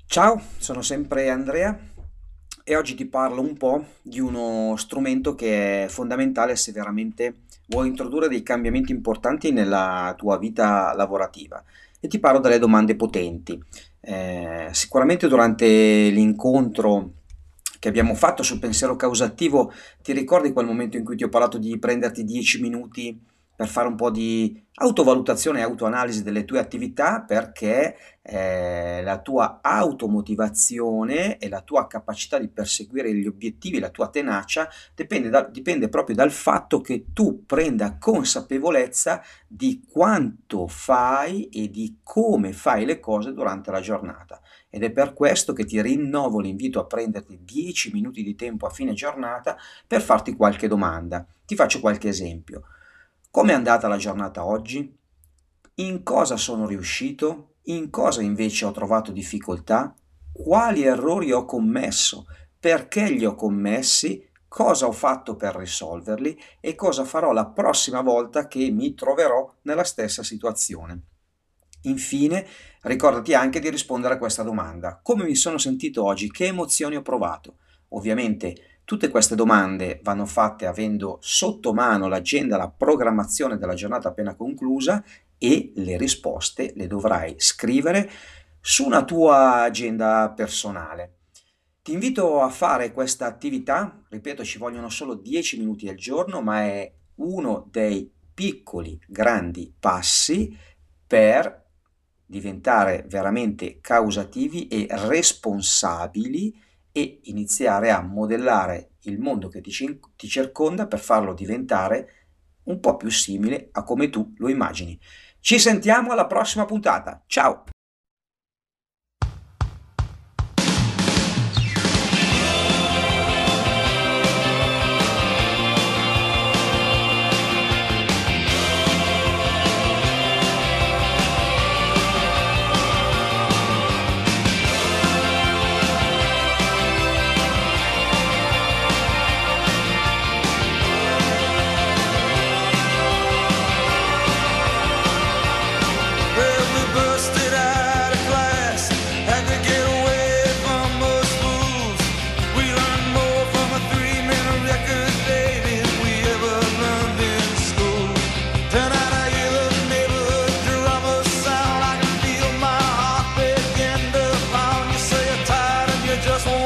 Ciao, sono sempre Andrea e oggi ti parlo un po' di uno strumento che è fondamentale se veramente vuoi introdurre dei cambiamenti importanti nella tua vita lavorativa. E ti parlo delle domande potenti. Sicuramente durante l'incontro che abbiamo fatto sul pensiero causativo, ti ricordi quel momento in cui ti ho parlato di prenderti 10 minuti per fare un po' di autovalutazione e autoanalisi delle tue attività perché la tua automotivazione e la tua capacità di perseguire gli obiettivi, la tua tenacia, dipende proprio dal fatto che tu prenda consapevolezza di quanto fai e di come fai le cose durante la giornata. Ed è per questo che ti rinnovo l'invito a prenderti 10 minuti di tempo a fine giornata per farti qualche domanda. Ti faccio qualche esempio. Com'è andata la giornata oggi? In cosa sono riuscito? In cosa invece ho trovato difficoltà? Quali errori ho commesso? Perché li ho commessi? Cosa ho fatto per risolverli? E cosa farò la prossima volta che mi troverò nella stessa situazione? Infine, ricordati anche di rispondere a questa domanda. Come mi sono sentito oggi? Che emozioni ho provato? Ovviamente tutte queste domande vanno fatte avendo sotto mano l'agenda, la programmazione della giornata appena conclusa e le risposte le dovrai scrivere su una tua agenda personale. Ti invito a fare questa attività, ripeto, ci vogliono solo 10 minuti al giorno, ma è uno dei piccoli grandi passi per diventare veramente causativi e responsabili e iniziare a modellare il mondo che ti circonda per farlo diventare un po' più simile a come tu lo immagini. Ci sentiamo alla prossima puntata. Ciao! Well, we busted out of class, had to get away from most fools. We learned more from a 3-minute record play than we ever learned in school. Tonight I hear the neighborhood drummer sound. I can feel my heart begin to pound. You say you're tired and you just want